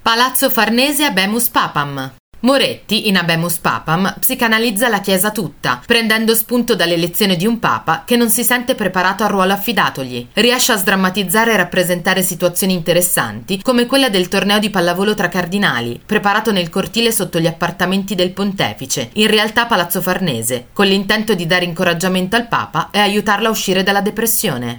Palazzo Farnese Habemus Papam. Moretti, in Habemus Papam, psicanalizza la Chiesa tutta, prendendo spunto dalle lezioni di un papa che non si sente preparato al ruolo affidatogli. Riesce a sdrammatizzare e rappresentare situazioni interessanti, come quella del torneo di pallavolo tra cardinali, preparato nel cortile sotto gli appartamenti del pontefice, in realtà Palazzo Farnese, con l'intento di dare incoraggiamento al papa e aiutarlo a uscire dalla depressione.